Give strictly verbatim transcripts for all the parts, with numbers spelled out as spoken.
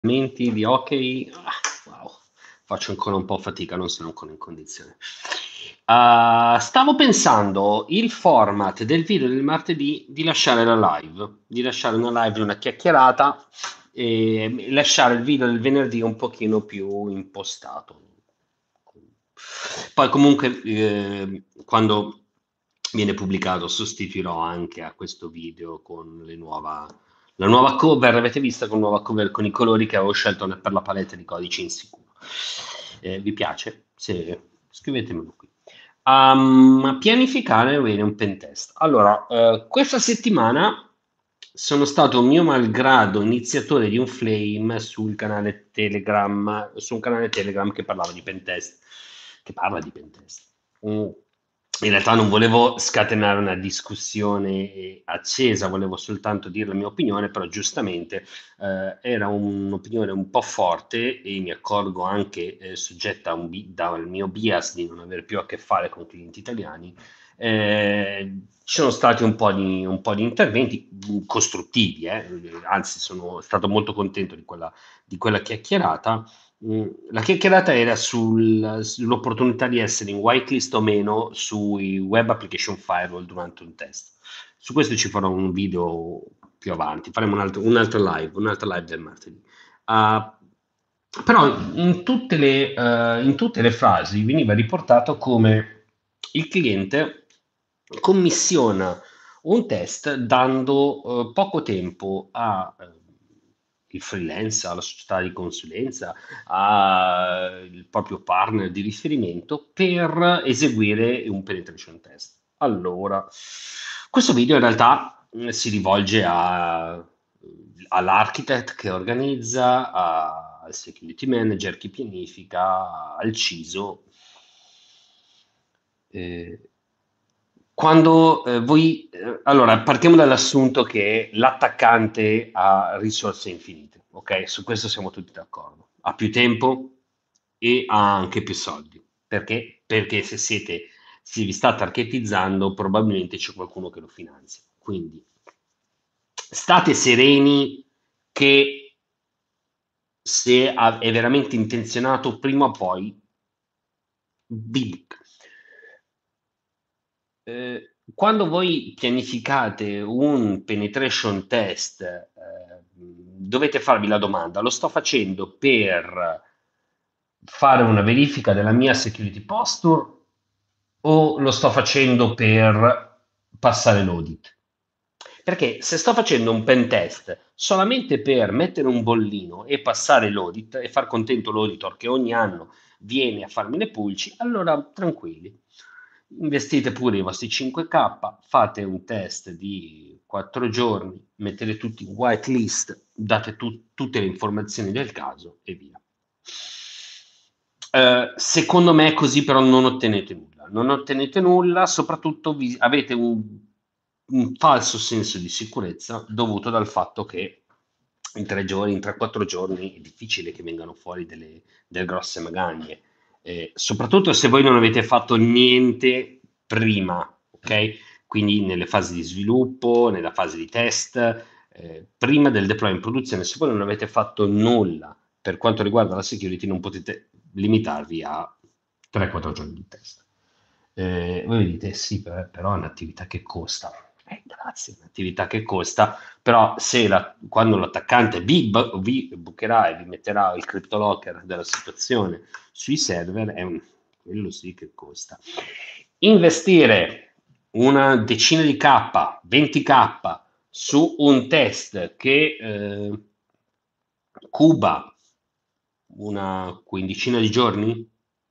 Menti di hockey, ah, wow, faccio ancora un po' fatica, non sono ancora in condizione. Ah, stavo pensando il format del video del martedì di lasciare la live, di lasciare una live, una chiacchierata e lasciare il video del venerdì un pochino più impostato. Poi comunque eh, quando viene pubblicato sostituirò anche a questo video con le nuova, la nuova cover, avete visto con nuova cover con i colori che avevo scelto per la palette di codici insicuro. Eh, vi piace? Se, scrivetemelo qui. Um, pianificare bene un pentest. Allora, eh, questa settimana sono stato mio malgrado iniziatore di un flame sul canale Telegram, su un canale Telegram che parlava di pentest, che parla di pentest. Mm. In realtà non volevo scatenare una discussione eh, accesa, volevo soltanto dire la mia opinione, però giustamente eh, era un'opinione un po' forte e mi accorgo anche eh, soggetta a un bi- dal mio bias di non avere più a che fare con clienti italiani. Eh, ci sono stati un po' di, un po' di interventi mh, costruttivi, eh, anzi sono stato molto contento di quella, di quella chiacchierata. Mm, La chiacchierata era sul- sull'opportunità di essere in whitelist o meno sui web application firewall durante un test. Su questo ci farò un video più avanti, faremo un altro, un'altra live, un'altra live del martedì. Ah, però in tutte le, eh, in tutte le frasi veniva riportato come il cliente commissiona un test dando eh, poco tempo a eh, il freelance, alla società di consulenza, al proprio partner di riferimento per eseguire un penetration test. Allora, questo video in realtà mh, si rivolge a- all'architect che organizza, a- al security manager che pianifica, al C I S O. Eh, quando eh, voi, eh, allora, partiamo dall'assunto che l'attaccante ha risorse infinite, ok? Su questo siamo tutti d'accordo. Ha più tempo e ha anche più soldi. Perché? Perché se siete, se vi state archetizzando, probabilmente c'è qualcuno che lo finanzia. Quindi state sereni che se ha- è veramente intenzionato, prima o poi vi eh, quando voi pianificate un penetration test, eh, dovete farvi la domanda: lo sto facendo per fare una verifica della mia security posture o lo sto facendo per passare l'audit? Perché se sto facendo un pen test solamente per mettere un bollino e passare l'audit e far contento l'auditor che ogni anno viene a farmi le pulci, allora tranquilli. Investite pure i vostri cinque K, fate un test di quattro giorni, mettete tutti in whitelist, date tu- tutte le informazioni del caso e via. Eh, secondo me così però non ottenete nulla. Non ottenete nulla, soprattutto vi- avete un, un falso senso di sicurezza dovuto dal fatto che in tre giorni, in tre quattro giorni è difficile che vengano fuori delle, delle grosse magagne. Eh, soprattutto se voi non avete fatto niente prima, ok? Quindi nelle fasi di sviluppo, nella fase di test, eh, prima del deploy in produzione, se voi non avete fatto nulla per quanto riguarda la security, non potete limitarvi a tre quattro giorni di test. Eh, voi mi dite, sì, per- però è un'attività che costa. Eh, grazie, è un'attività che costa, però se la- quando l'attaccante vi, bu- vi bucherà e vi metterà il CryptoLocker della situazione sui server, è un- quello sì che costa. Investire una decina di K, venti K su un test che eh, cuba una quindicina di giorni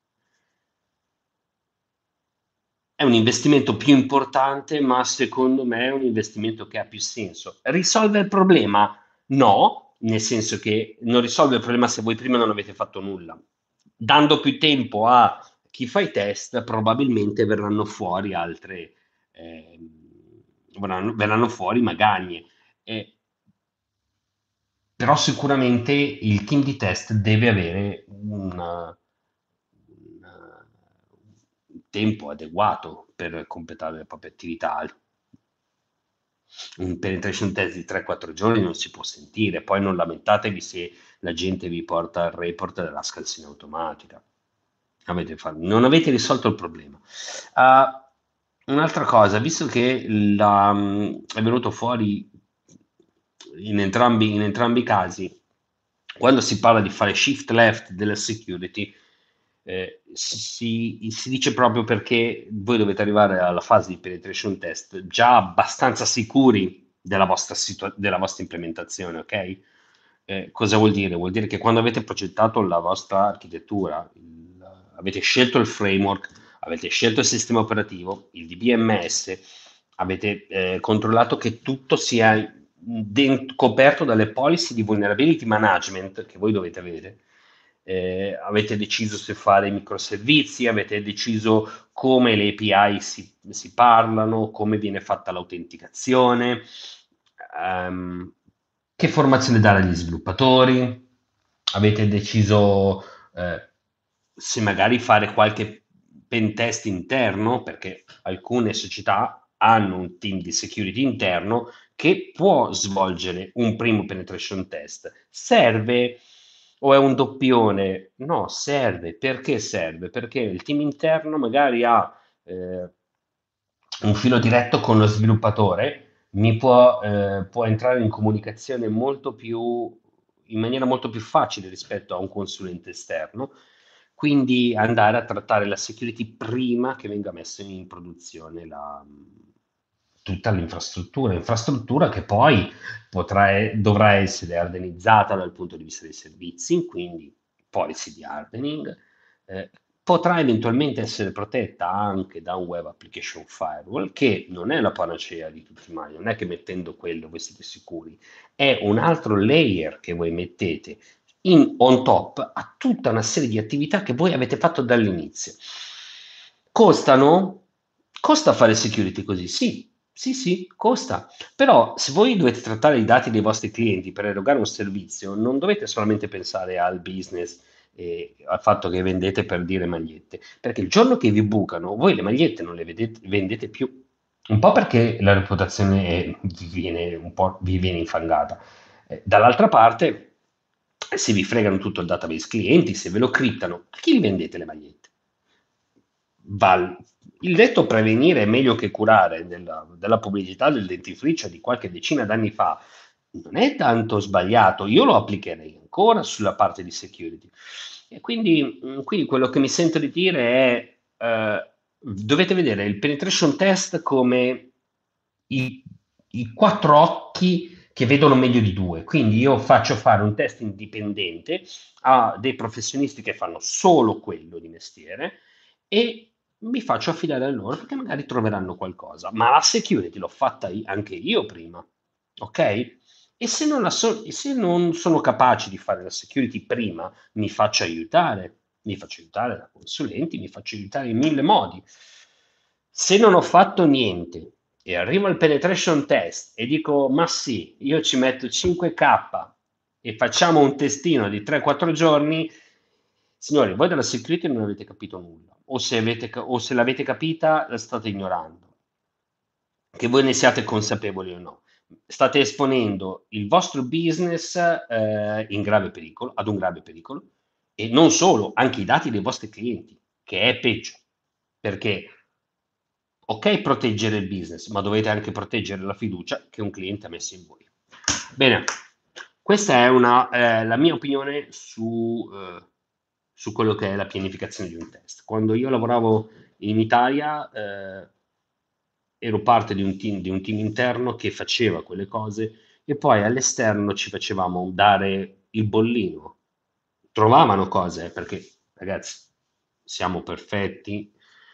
è un investimento più importante, ma secondo me è un investimento che ha più senso. Risolve il problema? No, nel senso che non risolve il problema se voi prima non avete fatto nulla. Dando più tempo a chi fa i test, probabilmente verranno fuori altre, ehm, verranno, verranno fuori magagne. Eh, però sicuramente il team di test deve avere un, un- un tempo adeguato per completare le proprie attività. Un penetration test di tre quattro giorni non si può sentire, poi non lamentatevi se la gente vi porta il report della scalzina automatica. Avete fa- non avete risolto il problema. Ah, un'altra cosa, visto che la- è venuto fuori in entrambi, in entrambi i casi, quando si parla di fare shift left della security, eh, si, si dice proprio perché voi dovete arrivare alla fase di penetration test già abbastanza sicuri della vostra, situa- della vostra implementazione, ok? Eh, cosa vuol dire? Vuol dire che quando avete progettato la vostra architettura, il- avete scelto il framework, avete scelto il sistema operativo, il D B M S, avete eh, controllato che tutto sia den- coperto dalle policy di vulnerability management che voi dovete avere. Eh, avete deciso se fare microservizi, avete deciso come le A P I si, si parlano, come viene fatta l'autenticazione, ehm, che formazione dare agli sviluppatori, avete deciso eh, se magari fare qualche pen test interno, perché alcune società hanno un team di security interno che può svolgere un primo penetration test. Serve o è un doppione? No, serve. Perché serve? Perché il team interno magari ha eh, un filo diretto con lo sviluppatore, mi può, eh, può entrare in comunicazione molto più, in maniera molto più facile rispetto a un consulente esterno, quindi andare a trattare la security prima che venga messa in produzione la, tutta l'infrastruttura, infrastruttura che poi potrà, e- dovrà essere ardenizzata dal punto di vista dei servizi, quindi policy di hardening, eh, potrà eventualmente essere protetta anche da un web application firewall, che non è la panacea di tutti i mali, non è che mettendo quello voi siete sicuri, è un altro layer che voi mettete in on top a tutta una serie di attività che voi avete fatto dall'inizio. Costano? Costa fare security così? Sì, sì, sì, costa. Però se voi dovete trattare i dati dei vostri clienti per erogare un servizio, non dovete solamente pensare al business e al fatto che vendete per dire magliette, perché il giorno che vi bucano, voi le magliette non le vedete- vendete più. Un po' perché la reputazione è- vi viene un po' vi viene infangata. Eh, dall'altra parte, se vi fregano tutto il database clienti, se ve lo criptano, a chi li vendete le magliette? Val- il detto prevenire è meglio che curare della, della pubblicità del dentifricio di qualche decina d'anni fa non è tanto sbagliato, io lo applicherei ancora sulla parte di security. E quindi, mh, quindi quello che mi sento di dire è, eh, dovete vedere il penetration test come i, i quattro occhi che vedono meglio di due. Quindi io faccio fare un test indipendente a dei professionisti che fanno solo quello di mestiere e mi faccio affidare a loro perché magari troveranno qualcosa. Ma la security l'ho fatta i- anche io prima, ok? E se non, la so- e se non sono capace di fare la security prima, mi faccio aiutare, mi faccio aiutare da consulenti, mi faccio aiutare in mille modi. Se non ho fatto niente e arrivo al penetration test e dico, ma sì, io ci metto cinque K e facciamo un testino di tre quattro giorni, signori, voi della security non avete capito nulla, o se, avete, ca- o se l'avete capita la state ignorando, che voi ne siate consapevoli o no. State esponendo il vostro business eh, in grave pericolo, ad un grave pericolo, e non solo, anche i dati dei vostri clienti, che è peggio, perché ok proteggere il business, ma dovete anche proteggere la fiducia che un cliente ha messo in voi. Bene, questa è una, eh, la mia opinione su, eh, su quello che è la pianificazione di un test. Quando io lavoravo in Italia, eh, ero parte di un team, di un team interno che faceva quelle cose e poi all'esterno ci facevamo dare il bollino. Trovavano cose, perché ragazzi, siamo perfetti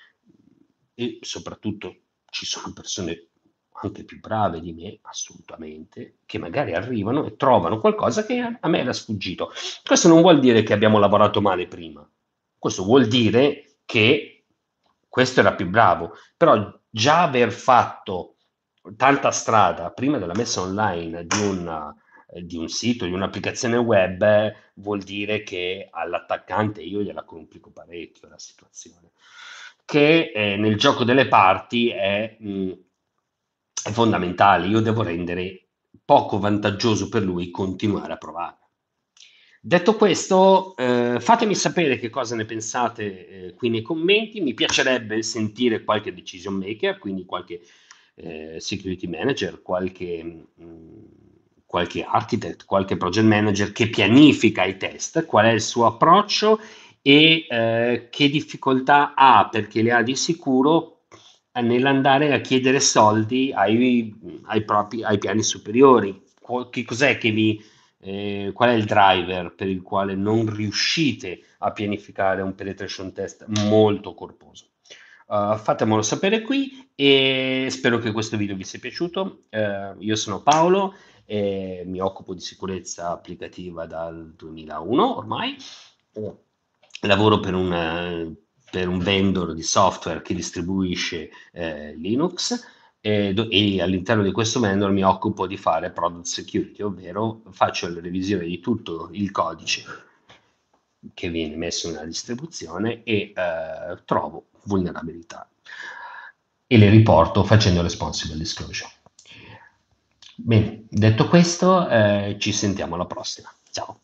e soprattutto ci sono persone anche più brave di me, assolutamente, che magari arrivano e trovano qualcosa che a a me era sfuggito. Questo non vuol dire che abbiamo lavorato male prima, questo vuol dire che questo era più bravo, però già aver fatto tanta strada prima della messa online di un, eh, di un sito, di un'applicazione web, eh, vuol dire che all'attaccante io gliela complico parecchio la situazione, che eh, nel gioco delle parti è, mh, è fondamentale. Io devo rendere poco vantaggioso per lui continuare a provare. Detto questo, eh, fatemi sapere che cosa ne pensate eh, qui nei commenti. Mi piacerebbe sentire qualche decision maker, quindi qualche eh, security manager, qualche, mh, qualche architect, qualche project manager che pianifica i test, qual è il suo approccio e eh, che difficoltà ha, perché le ha di sicuro, eh, nell'andare a chiedere soldi ai, ai propri, ai piani superiori. Qu- Che cos'è che vi eh, qual è il driver per il quale non riuscite a pianificare un penetration test molto corposo? Uh, fatemelo sapere qui e spero che questo video vi sia piaciuto. Uh, io sono Paolo e mi occupo di sicurezza applicativa dal duemilauno ormai. Uh, lavoro per un, eh, per un vendor di software che distribuisce eh, Linux e, do- e all'interno di questo vendor mi occupo di fare product security, ovvero faccio la revisione di tutto il codice che viene messo nella distribuzione e eh, trovo vulnerabilità e le riporto facendo responsible disclosure. Bene, detto questo, eh, ci sentiamo alla prossima. Ciao.